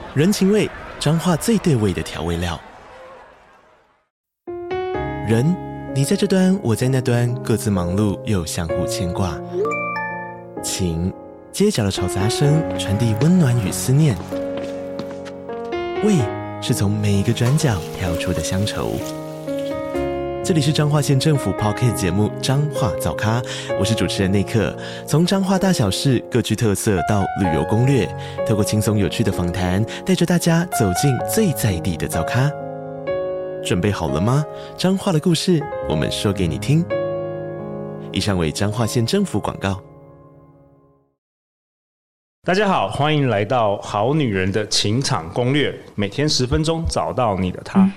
人情味，彰化最对味的调味料。人，你在这端，我在那端，各自忙碌又相互牵挂。情，街角的吵杂声传递温暖与思念。味，是从每一个转角跳出的乡愁。这里是彰化县政府 Podcast 节目《彰化早咖》，我是主持人内克。从彰化大小事各具特色到旅游攻略，透过轻松有趣的访谈，带着大家走进最在地的早咖。准备好了吗？彰化的故事，我们说给你听。以上为彰化县政府广告。 大家好，欢迎来到《好女人的情场攻略》，每天10分钟，找到你的他。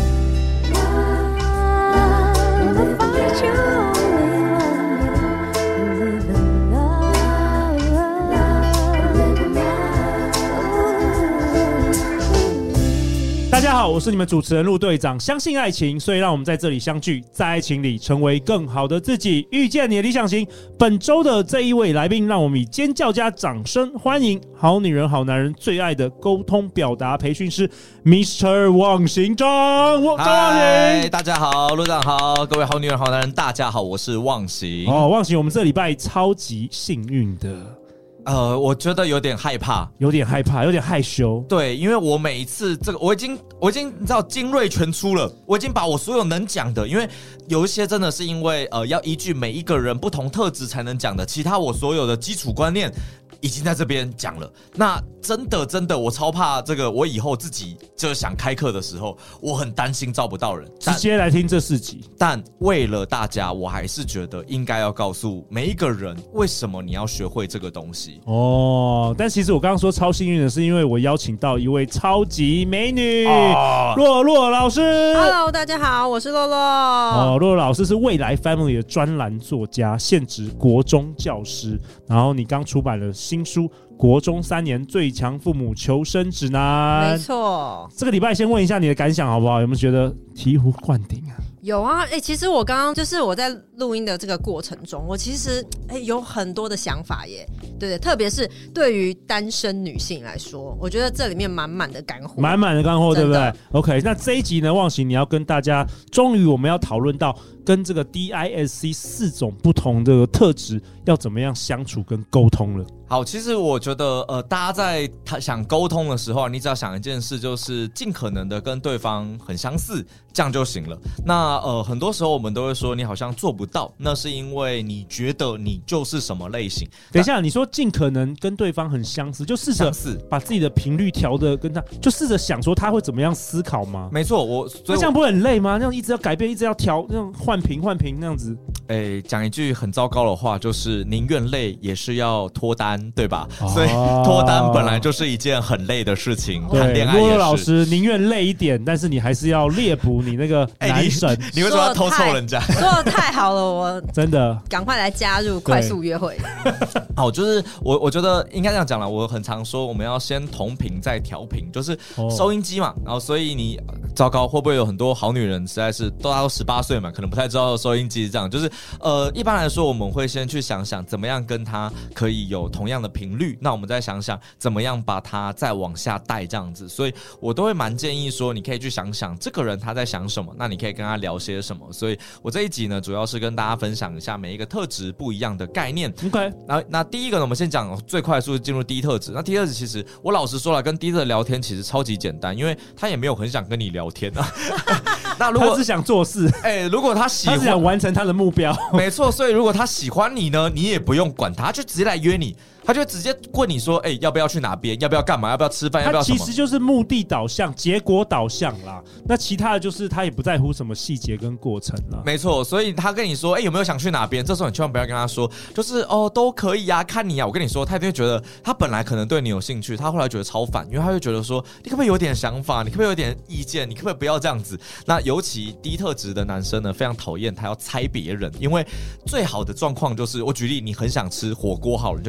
大家好，我是你们主持人陆队长。相信爱情，所以让我们在这里相聚，在爱情里成为更好的自己，遇见你的理想型。本周的这一位来宾，让我们以尖叫加掌声欢迎好女人好男人最爱的沟通表达培训师 Mr. 汪行章。 嗨，大家好，陆长好，各位好女人好男人，大家好，我是汪行。 汪行，我们这礼拜超级幸运的。 我觉得有点害怕， 有点害羞。 对，因为我每一次这个，我已经你知道精锐全出了，我已经把我所有能讲的，因为有一些真的是因为要依据每一个人不同特质才能讲的，其他我所有的基础观念已经在这边讲了。那真的，我超怕这个，我以后自己就想开课的时候，我很担心招不到人。 直接来听这4集。 但为了大家，我还是觉得应该要告诉每一个人，为什么你要学会这个东西。 但其实我刚刚说超幸运的是，因为我邀请到一位超级美女洛洛老师。 Hello， 大家好，我是洛洛。 洛洛老师是未来 Family 的专栏作家，现职国中教师。然后你刚出版了新书《国中3年最强父母求生指南》。 没错。 这个礼拜先问一下你的感想好不好？有没有觉得醍醐灌顶啊？ 有啊，其实我刚刚就是我在录音的这个过程中，我其实有很多的想法耶，对，特别是对于单身女性来说，我觉得这里面满满的干货， 对不对 ？OK， 那这一集呢，忘形你要跟大家，终于我们要讨论到跟这个 DISC 4种不同的特质要怎么样相处跟沟通了。 好，其实我觉得大家在想沟通的时候，你只要想一件事，就是尽可能的跟对方很相似，这样就行了。那很多时候我们都会说你好像做不到，那是因为你觉得你就是什么类型。 等一下，你说尽可能跟对方很相似，就试着把自己的频率调的跟他，就试着想说他会怎么样思考吗？ 没错， 那这样不会很累吗？那样一直要改变，一直要调，那样换屏那样子。 讲一句很糟糕的话，就是宁愿累也是要脱单，对吧？所以脱单本来就是一件很累的事情，谈恋爱也是。 洛老师宁愿累一点，但是你还是要猎捕你那个男神。 你为什么要偷凑人家？ 说得太好了，我真的赶快来加入快速约会。 好，就是我觉得应该这样讲了。我很常说，我们要先同频再调频，就是收音机嘛。然后所以你糟糕，会不会有很多好女人实在是大家都18岁嘛，可能不太知道收音机是这样。就是一般来说，我们会先去想想怎么样跟他可以有同样的频率，那我们再想想怎么样把他再往下带这样子。所以我都会蛮建议说，你可以去想想这个人他在想什么，那你可以跟他聊些什么。所以我这一集呢，主要是跟大家分享一下每一个特质不一样的概念。 OK， 那第一个呢，我们先讲最快速进入第一特质。那第一特质其实我老实说了，跟第一特质聊天其实超级简单，因为他也没有很想跟你聊天啊。那如果他只想做事， 如果他喜欢， 他只想完成他的目标， 没错。所以如果他喜欢你呢，你也不用管他，就直接来约你。他就直接问你说：“要不要去哪边？要不要干嘛？要不要吃饭？要不要什么？” 他其实就是目的导向、结果导向啦。那其他的就是他也不在乎什么细节跟过程啦。 没错，所以他跟你说：“有没有想去哪边？”这时候你千万不要跟他说，就是都可以啊，看你啊。我跟你说，他一定会觉得他本来可能对你有兴趣，他后来觉得超烦，因为他会觉得说：“你可不可以有点想法？你可不可以有点意见？你可不可以不要这样子？”那尤其低特质的男生呢，非常讨厌他要猜别人，因为最好的状况就是，我举例，你很想吃火锅好了，你就跟他说：“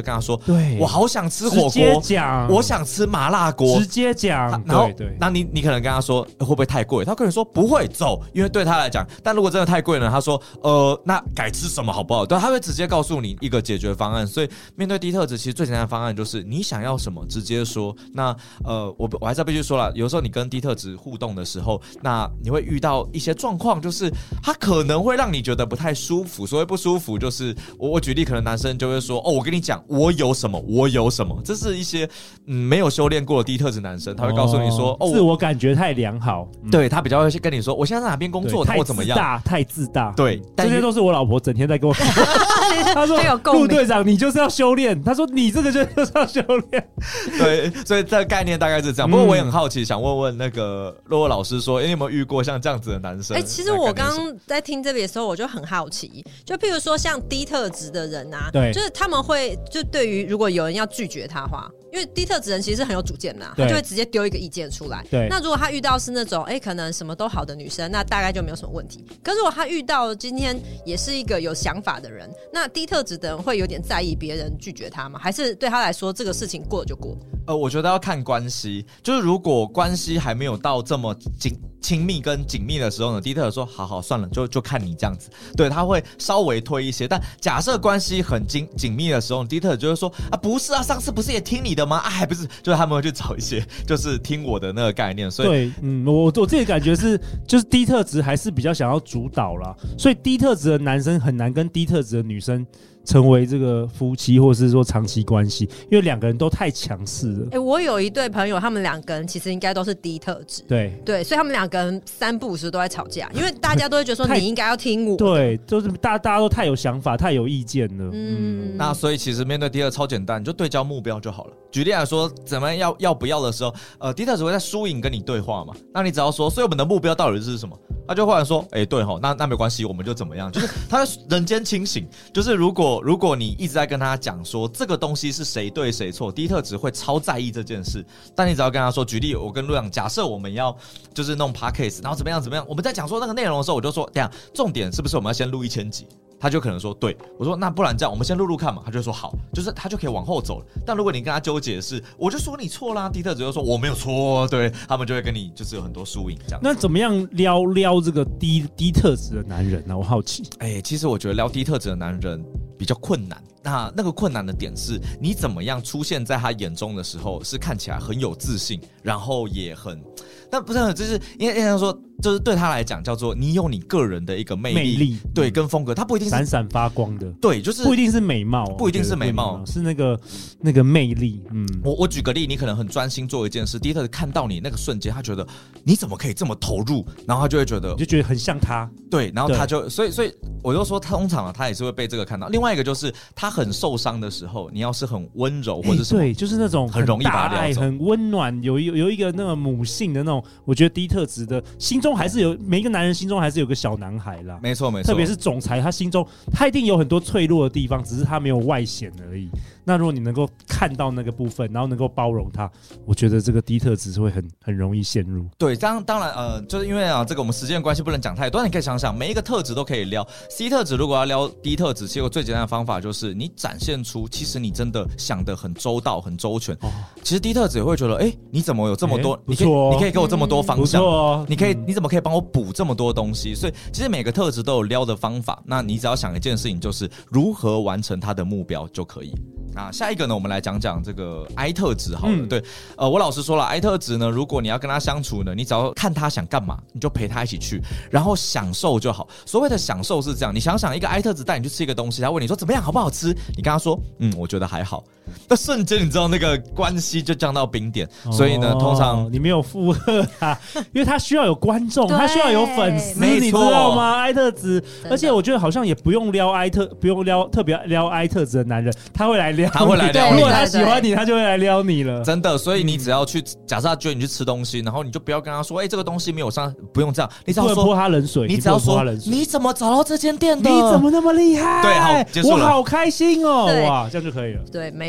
对， 我好想吃火锅， 直接讲， 我想吃麻辣锅， 直接讲。 然后对， 那你可能跟他说会不会太贵？他可能说不会，走，因为对他来讲，但如果真的太贵呢？他说那改吃什么好不好？对，他会直接告诉你一个解决方案。所以面对低特质，其实最简单的方案就是你想要什么直接说。那我还是要必须说了，有时候你跟低特质互动的时候，那你会遇到一些状况，就是他可能会让你觉得不太舒服。所谓不舒服，就是我举例，可能男生就会说我跟你讲，我有什么，我有什么。这是一些没有修炼过的低特质男生，他会告诉你说自我感觉太良好， 对，他比较会跟你说我现在在哪边工作，我怎么样， 太自大， 对， 这些都是我老婆整天在跟我说。他说陆队长你就是要修炼，他说你这个就是要修炼。 对，所以这个概念大概是这样。不过我也很好奇，想问问那个洛洛老师说，你有没有遇过像这样子的男生？ 其实我刚刚在听这里的时候，我就很好奇，就譬如说像低特质的人啊， 对， 就是他们会就对于如果有人要拒绝他的话，因为低特质人其实是很有主见的，他就会直接丢一个意见出来。 对， 那如果他遇到是那种可能什么都好的女生，那大概就没有什么问题。可是如果他遇到今天也是一个有想法的人，那低特质的人会有点在意别人拒绝他吗？还是对他来说这个事情过了就过？ 我觉得要看关系，就是如果关系还没有到这么亲密跟紧密的时候呢，低特质说好算了，就看你这样子，对，他会稍微推一些。但假设关系很紧密的时候，低特质就会说不是啊，上次不是也听你的吗？还不是，就是他们会去找一些就是听我的那个概念。所以对，我自己感觉是，就是低特质还是比较想要主导啦，所以低特质的男生很难跟低特质的女生成为这个夫妻或是说长期关系，因为两个人都太强势了。 我有一对朋友，他们两个人其实应该都是低特质，对，所以他们两个人三不五时都在吵架，因为大家都会觉得说你应该要听我。 对，就是大家都太有想法，太有意见了。 那所以其实面对低特质超简单，你就对焦目标就好了。举例来说，怎么样要不要的时候，低特质会在输赢跟你对话嘛？那你只要说，所以我们的目标到底是什么？他就忽然说，对齁，那没关系，我们就怎么样？就是他人间清醒，就是如果你一直在跟他讲说这个东西是谁对谁错，低特质会超在意这件事。但你只要跟他说，举例，我跟陆阳，假设我们要就是弄 podcast， 然后怎么样，我们在讲说那个内容的时候，我就说，这样重点是不是我们要先录1000集？他就可能说对，我说那不然这样，我们先录看嘛。他就说好，就是他就可以往后走了。但如果你跟他纠结的是，我就说你错啦，低特质就说我没有错，对，他们就会跟你就是有很多输赢这样。 那怎么样撩这个低特质的男人呢？我好奇。 其实我觉得撩低特质的男人比较困难。那个困难的点是，你怎么样出现在他眼中的时候，是看起来很有自信，然后也很，但不是，就是应该说，就是对他来讲叫做你有你个人的一个魅力，对，跟风格，他不一定是闪闪发光的， 对，就是不一定是美貌， 不一定是美貌， 是那个魅力。 我举个例，你可能很专心做一件事，低特质看到你那个瞬间，他觉得你怎么可以这么投入，然后他就会觉得， 你就觉得很像他， 对，然后他就所以我就说，通常他也是会被这个看到。另外一个就是他很受伤的时候，你要是很温柔或者什么， 对，就是那种很容易把他撩走， 很温暖，有一个那个母性的那种，我觉得低特质的心中还是有，每一个男人心中还是有个小男孩啦。 没错， 特别是总裁，他心中他一定有很多脆弱的地方，只是他没有外显而已。那如果你能够看到那个部分，然后能够包容他，我觉得这个低特质是会很容易陷入。 对，当然就是因为这个我们时间关系不能讲太多，但你可以想想，每一个特质都可以撩。C 特质如果要撩低特质，其实有最简单的方法就是你展现出其实你真的想得很周到、很周全。其实低特质也会觉得，你怎么有这么多？ 不错， 你可以给我这么多方向， 不错， 你怎么可以帮我补这么多东西？所以其实每个特质都有撩的方法。那你只要想一件事情，就是如何完成他的目标就可以。那下一个呢，我们来讲讲这个 I 特质好了。对，我老实说了 ，I 特质呢，如果你要跟他相处呢，你只要看他想干嘛，你就陪他一起去，然后享受就好。所谓的享受是这样，你想想一个 I 特质带你去吃一个东西，他问你说怎么样，好不好吃？你跟他说，我觉得还好。那瞬间你知道那个关系就降到冰点。所以呢，通常你没有附和他，因为他需要有观众，他需要有粉丝，你知道吗 ？I 特质，而且我觉得好像也不用撩特别撩 I 特质的男人，他会来撩。 他会来撩你， 如果他喜欢你，他就会来撩你了。 真的，所以你只要去，假设他觉得你去吃东西，然后你就不要跟他说，这个东西没有上，不用这样，你只要说泼他冷水， 你只要说你怎么找到这间店的？ 你怎么那么厉害？ 对，好，结束了， 我好开心哦！哇，这样就可以了。 对，没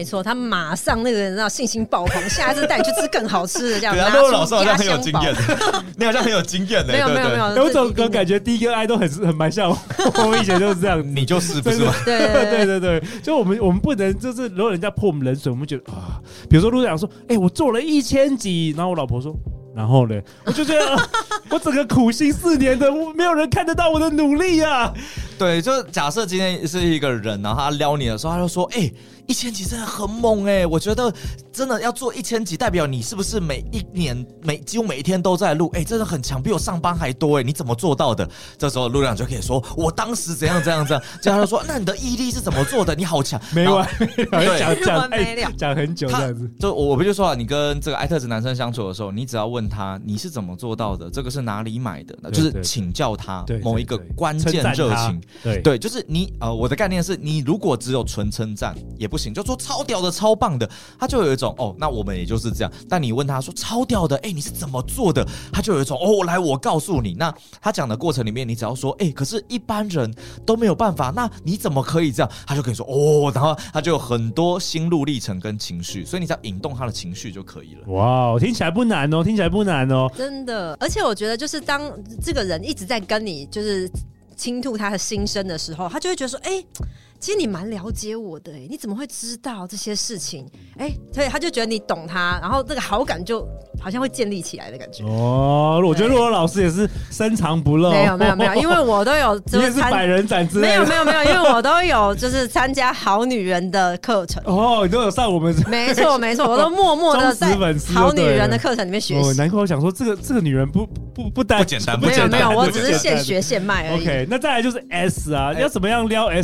没错，他马上那个人信心爆棚，下一次带你去吃更好吃的，这样。 对啊， 那老师好像很有经验，你好像很有经验的。 没有， 有种感觉第一个爱都很蛮像我们以前就是这样， 你就是不是吗？ 对，就我们不能就是如果人家泼我们冷水，我们觉得啊，比如说陆队长说，我做了1000集，然后我老婆说。然后呢，我就觉得我整个苦心4年的，没有人看得到我的努力啊。 对，就假设今天是一个人，然后他撩你的时候，他就说：“1000集真的很猛我觉得真的要做1000集，代表你是不是每一年几乎每一天都在录？真的很强，比我上班还多你怎么做到的？”这时候陆队长就可以说：“我当时怎样。”接着他就说：“那你的毅力是怎么做的？你好强！” 没完没了，讲很久这样子。 就我不就说你跟这个爱特质男生相处的时候，你只要问他你是怎么做到的，这个是哪里买的，就是请教他某一个关键热情。对，就是你我的概念是你如果只有纯称赞也不行，就说超屌的、超棒的，他就有一种那我们也就是这样。但你问他说超屌的，你是怎么做的？他就有一种来，我告诉你。那他讲的过程里面，你只要说可是一般人都没有办法，那你怎么可以这样？他就可以说然后他就有很多心路历程跟情绪，所以你只要引动他的情绪就可以了。 哇，听起来不难哦， 真的。而且我觉得就是当这个人一直在跟你就是倾吐他的心声的时候，他就会觉得说其实你蛮了解我的你怎么会知道这些事情？所以他就觉得你懂他，然后这个好感就好像会建立起来的感觉。 我觉得陆柔老师也是深藏不露。 没有，因为我都有你也是百人斩之类的。 没有，因为我都有就是参加好女人的课程。 你都有上我们。 没错，我都默默的在好女人的课程里面学习。 难怪我想说这个女人不简单， 没有，我只是现学现卖而已。 OK， 那再来就是 S 啊，要怎么样撩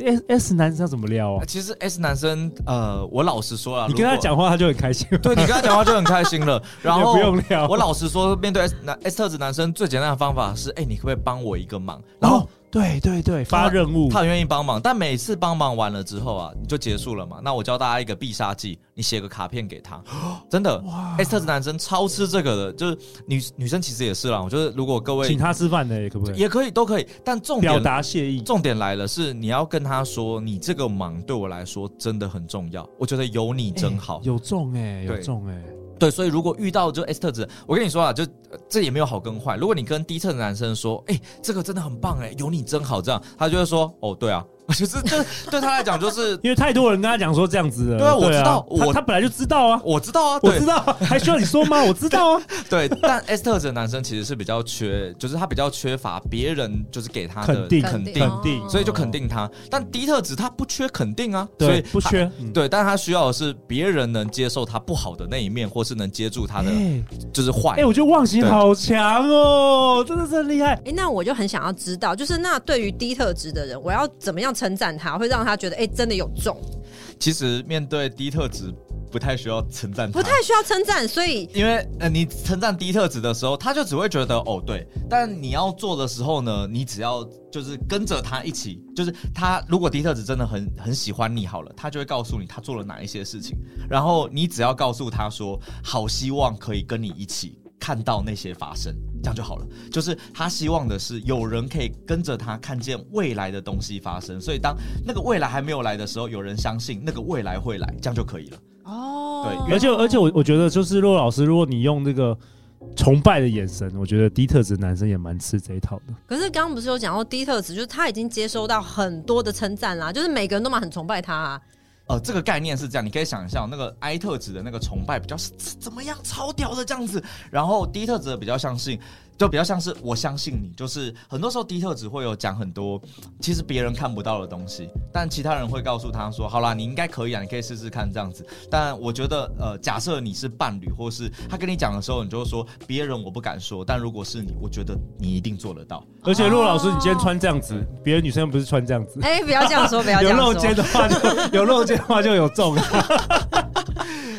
S 男生要怎么撩啊？ 其实 S 男生，我老实说了， 你跟他讲话他就很开心。 对，你跟他讲话就很开心了。然后不用撩。 我老实说，面对 S 特质男生最简单的方法是，你可不可以帮我一个忙？然后。 对，发任务， 他很愿意帮忙，但每次帮忙完了之后啊，你就结束了嘛。那我教大家一个必杀技，你写个卡片给他，真的 ，S 特质男生超吃这个的，就是女生其实也是啦。我觉得如果各位请他吃饭的，可不可以？ 也可以，都可以。但重点表达谢意， 重点来了，是你要跟他说，你这个忙对我来说真的很重要。我觉得有你真好， 有中有中对，所以如果遇到就 S 特质，我跟你说啊，就这也没有好跟坏。如果你跟低特质男生说，这个真的很棒有你真好，这样他就会说，对啊。就是对他来讲，就是因为太多人跟他讲说这样子了。 对啊，我知道， 他本来就知道啊， 我知道啊， 我知道，还需要你说吗？我知道啊。 对，但 S 特质的男生其实是比较就是他比较缺乏别人就是给他的肯定，所以就肯定他。但低特质他不缺肯定啊，所以不缺。 对，但他需要的是别人能接受他不好的那一面，或是能接住他的就是坏。 我觉得忘形好强哦，真的是很厉害。 那我就很想要知道，就是那对于低特质的人，我要怎么样称赞他，会让他觉得真的有中？ 其实面对低特质不太需要称赞他， 不太需要称赞，所以因为你称赞低特质的时候，他就只会觉得对，但你要做的时候呢，你只要就是跟着他一起，就是他如果低特质真的很喜欢你好了，他就会告诉你他做了哪一些事情，然后你只要告诉他说，好希望可以跟你一起看到那些发生，这样就好了。就是他希望的是有人可以跟着他看见未来的东西发生，所以当那个未来还没有来的时候，有人相信那个未来会来，这样就可以了。对， 而且我觉得就是骆老师，如果你用这个崇拜的眼神，我觉得低特质男生也蛮吃这一套的。 可是刚刚不是有讲到低特质，就是他已经接收到很多的称赞啦，就是每个人都蛮很崇拜他啊。 这个概念是这样，你可以想象那个 I 特质的那个崇拜比较是怎么样超屌的这样子，然后低特质的比较相信，就比较像是我相信你，就是很多时候低特质会有讲很多其实别人看不到的东西，但其他人会告诉他说，好啦，你应该可以啊，你可以试试看这样子。但我觉得假设你是伴侣，或是他跟你讲的时候，你就说别人我不敢说，但如果是你，我觉得你一定做得到。 而且骆老师，你今天穿这样子，别的女生不是穿这样子。 不要这样说，不要这样说。 有露肩的话就有中了。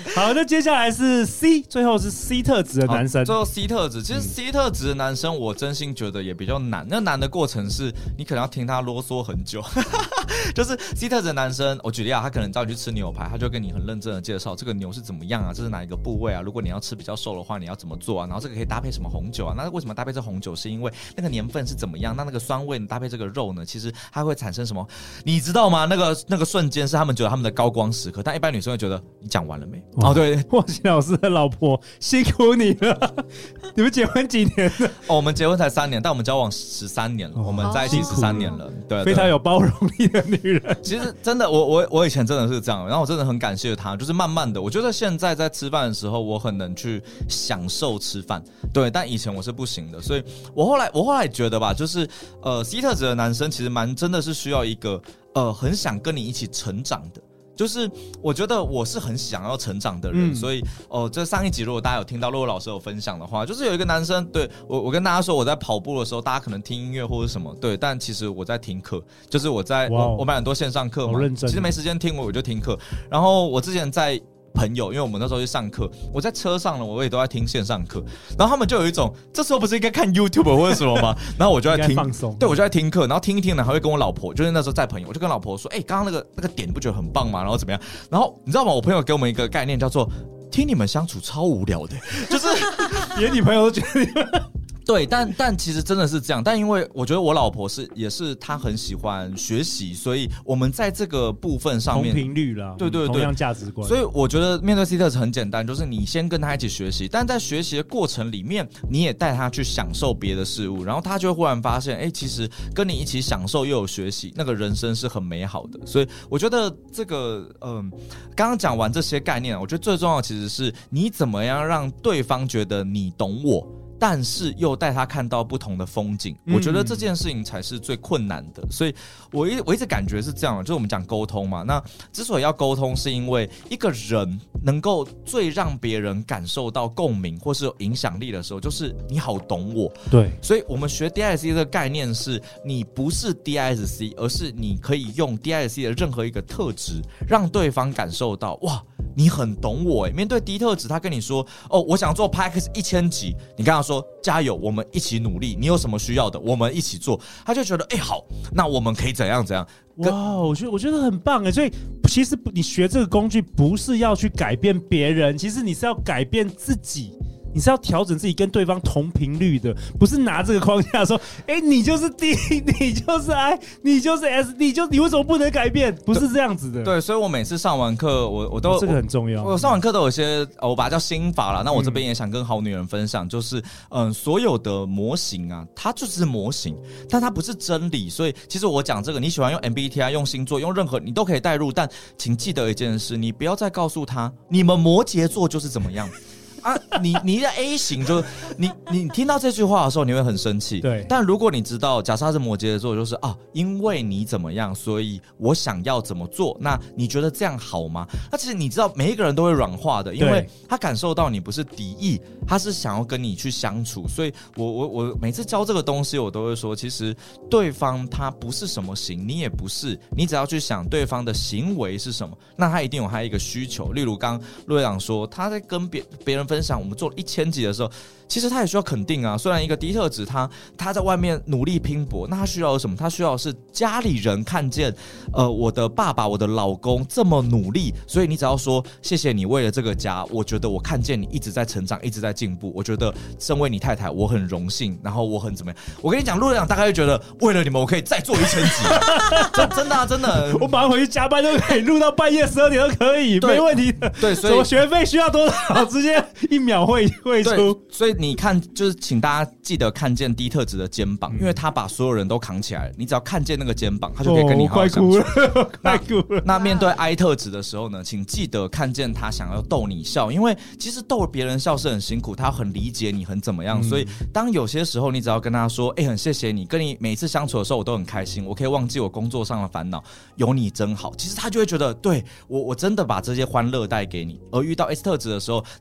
好，那接下来是 C， 最后是 C 特质的男生。 最后 C 特质，其实 C 特质的男生，我真心觉得也比较难。那难的过程是你可能要听他啰嗦很久。就是 C 特质的男生，我举例啊，他可能找你去吃牛排，他就跟你很认真的介绍这个牛是怎么样啊，这是哪一个部位啊？如果你要吃比较瘦的话，你要怎么做啊？然后这个可以搭配什么红酒啊？那为什么搭配这红酒？是因为那个年份是怎么样？那个酸味搭配这个肉呢？其实它会产生什么？你知道吗？那个瞬间是他们觉得他们的高光时刻，但一般女生会觉得你讲完了没？哦，对， 沃琪老师的老婆辛苦你了。你们结婚几年了？ 哦，我们结婚才3年，但我们交往13年了，我们在一起13年了。对， 非常有包容力的女人。 其实真的，我以前真的是这样，然后我真的很感谢她，就是慢慢的，我觉得现在在吃饭的时候，我很能去享受吃饭，对，但以前我是不行的，所以我后来觉得吧，就是C 特质的男生其实真的是需要一个很想跟你一起成长的。就是我觉得我是很想要成长的人，所以这上一集如果大家有听到洛洛老师有分享的话，就是有一个男生，对，我跟大家说我在跑步的时候，大家可能听音乐或者什么，对，但其实我在听课，就是我买很多线上课嘛，其实没时间听我就听课，然后我之前在朋友，因为我们那时候去上课，我在车上了，我也都在听线上课，然后他们就有一种，这时候不是应该看 YouTube 或者什么吗？然后我就在听放松， 对，我就在听课，然后听一听呢，还会跟我老婆，就是那时候在朋友，我就跟老婆说，刚刚那个点你不觉得很棒吗？然后怎么样？然后你知道吗？我朋友给我们一个概念，叫做听你们相处超无聊的，就是连你朋友都觉得你们。 对，但其实真的是这样。但因为我觉得我老婆也是她很喜欢学习，所以我们在这个部分上面同频率啦， 对， 同样价值观。 所以我觉得面对 C 特质很简单，就是你先跟他一起学习，但在学习的过程里面，你也带他去享受别的事物，然后他就会忽然发现，其实跟你一起享受又有学习，那个人生是很美好的。所以我觉得这个刚刚讲完这些概念，我觉得最重要的其实是你怎么样让对方觉得你懂我，但是又带他看到不同的风景，我觉得这件事情才是最困难的。所以我一直感觉是这样，就是我们讲沟通嘛，那之所以要沟通，是因为一个人能够最让别人感受到共鸣或是有影响力的时候，就是你好懂我。 对， 所以我们学 DISC 的概念是，你不是 DISC， 而是你可以用 DISC 的任何一个特质，让对方感受到，哇，你很懂我。面对 D 特质，他跟你说，我想做 Podcast 1000集，你跟他说加油，我们一起努力，你有什么需要的，我们一起做，他就觉得好，那我们可以怎样怎样。 哇，我觉得很棒哎！所以其实你学这个工具不是要去改变别人，其实你是要改变自己。你是要调整自己跟对方同频率的，不是拿这个框架说，你就是 D， 你就是 I， 你就是 S， 你为什么不能改变？不是这样子的。 对，所以我每次上完课，我都这个很重要。 我上完课都有些我把它叫心法啦。那我这边也想跟好女人分享，就是所有的模型啊，它就是模型，但它不是真理。所以其实我讲这个，你喜欢用 MBTI、用星座、用任何你都可以带入，但请记得一件事，你不要再告诉他，你们摩羯座就是怎么样。啊，你的 A 型就你听到这句话的时候，你会很生气。 对， 但如果你知道，假设他是摩羯座，就是因为你怎么样，所以我想要怎么做。那你觉得这样好吗？那其实你知道，每一个人都会软化的，因为他感受到你不是敌意，他是想要跟你去相处。所以我每次教这个东西，我都会说，其实对方他不是什么型，你也不是，你只要去想对方的行为是什么，那他一定有他一个需求。例如刚陆队长说，他在跟别人分享我们做了1000集的时候，其实他也需要肯定啊。虽然一个低特质他在外面努力拼搏，那他需要什么？他需要的是家里人看见我的爸爸我的老公这么努力，所以你只要说谢谢你为了这个家，我觉得我看见你一直在成长，一直在进步，我觉得身为你太太我很荣幸，然后我很怎么样。我跟你讲，陆队长大概会觉得为了你们我可以再做1000集。真的啊，真的， 我马上回去加班都可以录到半夜12点都可以，没问题的。 对，所以我学费需要多少直接1秒汇出。 所以你看，就是请大家记得看见低特质的肩膀，因为他把所有人都扛起来了。你只要看见那个肩膀，他就可以跟你好好相处。 快哭了。 那面对 I 特质的时候呢，请记得看见他想要逗你笑，因为其实逗别人笑是很辛苦，他很理解你很怎么样。所以当有些时候你只要跟他说，很谢谢你，跟你每一次相处的时候我都很开心，我可以忘记我工作上的烦恼，有你真好。其实他就会觉得，对我真的把这些欢乐带给你。而遇到 S 特质的时候，你可以告诉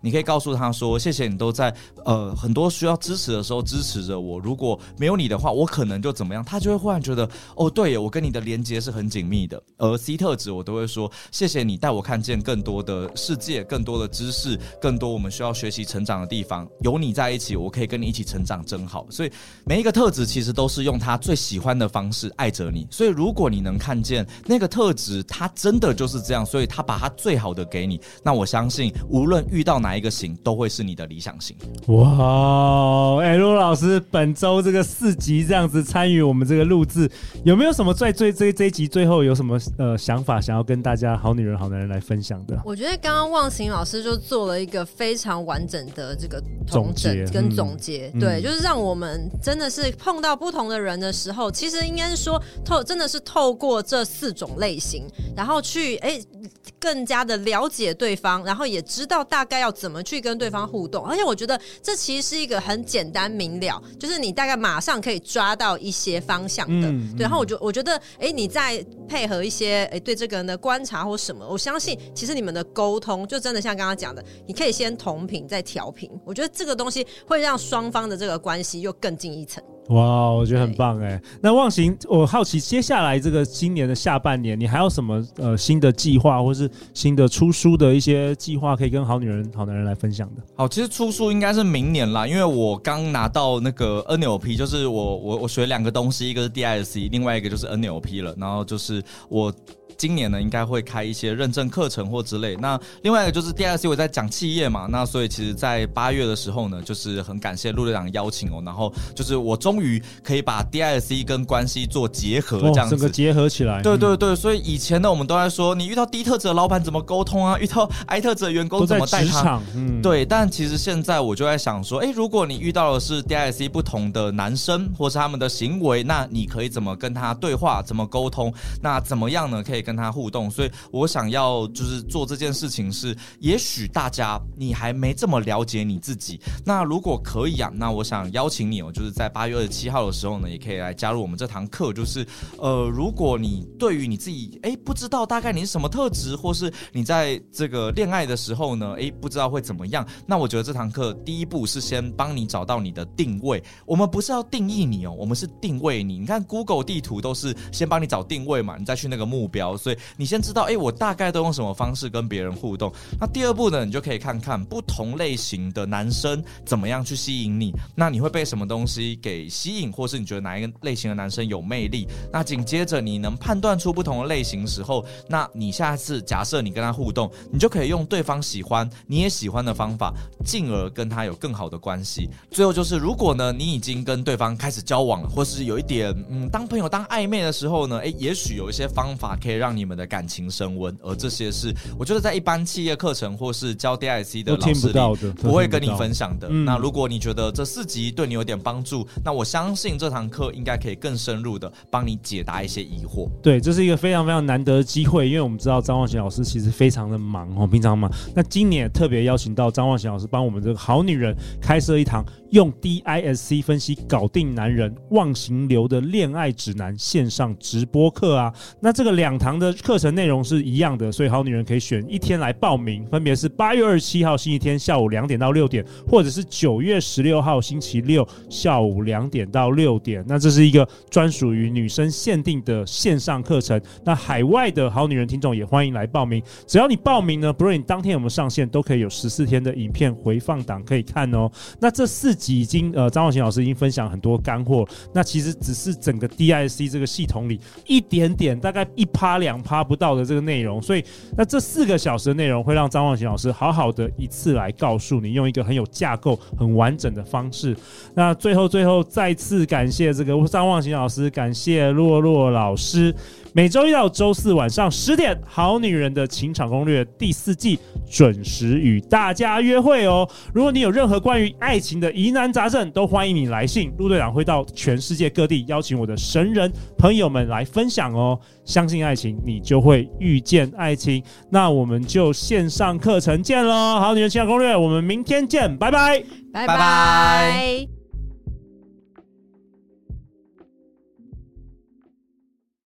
诉他说，谢谢你都在很多需要支持的时候支持着我，如果没有你的话，我可能就怎么样，他就会忽然觉得哦，对耶，我跟你的连结是很紧密的。而 C 特质我都会说，谢谢你带我看见更多的世界，更多的知识，更多我们需要学习成长的地方，有你在一起，我可以跟你一起成长，真好。所以每一个特质其实都是用他最喜欢的方式爱着你，所以如果你能看见那个特质他真的就是这样，所以他把他最好的给你，那我相信无论遇到哪一个型都会是你的理想型。 哇，陆老师本周这个4集这样子参与我们这个录制，有没有什么在这一集最后有什么想法想要跟大家好女人好男人来分享的？ 我觉得刚刚忘形老师就做了一个非常完整的这个统整跟总结，对，就是让我们真的是碰到不同的人的时候，其实应该是说真的是透过这4种类型，然后去更加的了解对方，然后也知道大概要怎么去跟对方互动。而且我觉得这其实是一个很简单明了，就是你大概马上可以抓到一些方向的。对，然后我觉得你再配合一些对这个人的观察或什么，我相信其实你们的沟通就真的像刚刚讲的，你可以先同频再调频，我觉得这个东西会让双方的这个关系又更进一层。 哇，我觉得很棒哎。那忘形，我好奇接下来这个今年的下半年，你还有什么新的计划，或是新的出书的一些计划，可以跟好女人好男人来分享的？ 好，其实出书应该是明年啦，因为我刚拿到那个 NLP， 就是我学2个东西，一个是 DISC， 另外一个就是 NLP 了，然后就是我今年呢应该会开一些认证课程或之类。那另外一个就是 DISC 我在讲企业嘛，那所以其实在8月的时候呢，就是很感谢陆队长邀请然后就是我终于可以把 DISC 跟关系做结合，这样子整个结合起来。 对对对，所以以前呢我们都在说，你遇到D特质的老板怎么沟通啊，遇到I特质的员工怎么带他，对，但其实现在我就在想说，如果你遇到的是 DISC 不同的男生或是他们的行为，那你可以怎么跟他对话，怎么沟通，那怎么样呢可以跟他互动。所以我想要就是做这件事情是，也许大家你还没这么了解你自己，那如果可以啊，那我想邀请你就是在8月27号的时候呢，也可以来加入我们这堂课。就是如果你对于你自己不知道大概你是什么特质，或是你在这个恋爱的时候呢不知道会怎么样，那我觉得这堂课第一步是先帮你找到你的定位。我们不是要定义你我们是定位你。你看 Google 地图都是先帮你找定位嘛，你再去那个目标，所以你先知道我大概都用什么方式跟别人互动。那第二步呢，你就可以看看不同类型的男生怎么样去吸引你，那你会被什么东西给吸引，或是你觉得哪一个类型的男生有魅力。那紧接着你能判断出不同的类型时候，那你下次假设你跟他互动，你就可以用对方喜欢你也喜欢的方法，进而跟他有更好的关系。最后就是如果呢你已经跟对方开始交往了，或是有一点当朋友当暧昧的时候呢也许有一些方法可以让你们的感情升温，而这些是我觉得在一般企业课程或是教 DISC 的老师里不会跟你分享的。那如果你觉得这4集对你有点帮助，那我相信这堂课应该可以更深入的帮你解答一些疑惑。 对，这是一个非常非常难得的机会，因为我们知道张忘形老师其实非常的忙平常忙。那今年也特别邀请到张忘形老师帮我们这个好女人开设一堂用 DISC 分析搞定男人忘形流的恋爱指南线上直播课啊。那这个2堂的课程内容是一样的，所以好女人可以选一天来报名，分别是8月27号星期天下午2点到6点，或者是9月16号星期六下午2点到6点。那这是一个专属于女生限定的线上课程，那海外的好女人听众也欢迎来报名。只要你报名呢，不论你当天有没有上线，都可以有14天的影片回放档可以看哦。那这4集已经张忘形老师已经分享很多干货，那其实只是整个 DISC 这个系统里一点点，大概1%2%不到的这个内容，所以那这4个小时的内容会让张忘形老师好好的一次来告诉你，用一个很有架构很完整的方式。那最后再次感谢这个张忘形老师，感谢洛洛老师。每周一到周四晚上10点，《好女人的情场攻略》第4季准时与大家约会哦。如果你有任何关于爱情的疑难杂症，都欢迎你来信，陆队长会到全世界各地邀请我的神人朋友们来分享哦。相信爱情，你就会遇见爱情。那我们就线上课程见咯，《好女人情场攻略》，我们明天见，拜拜， 拜拜。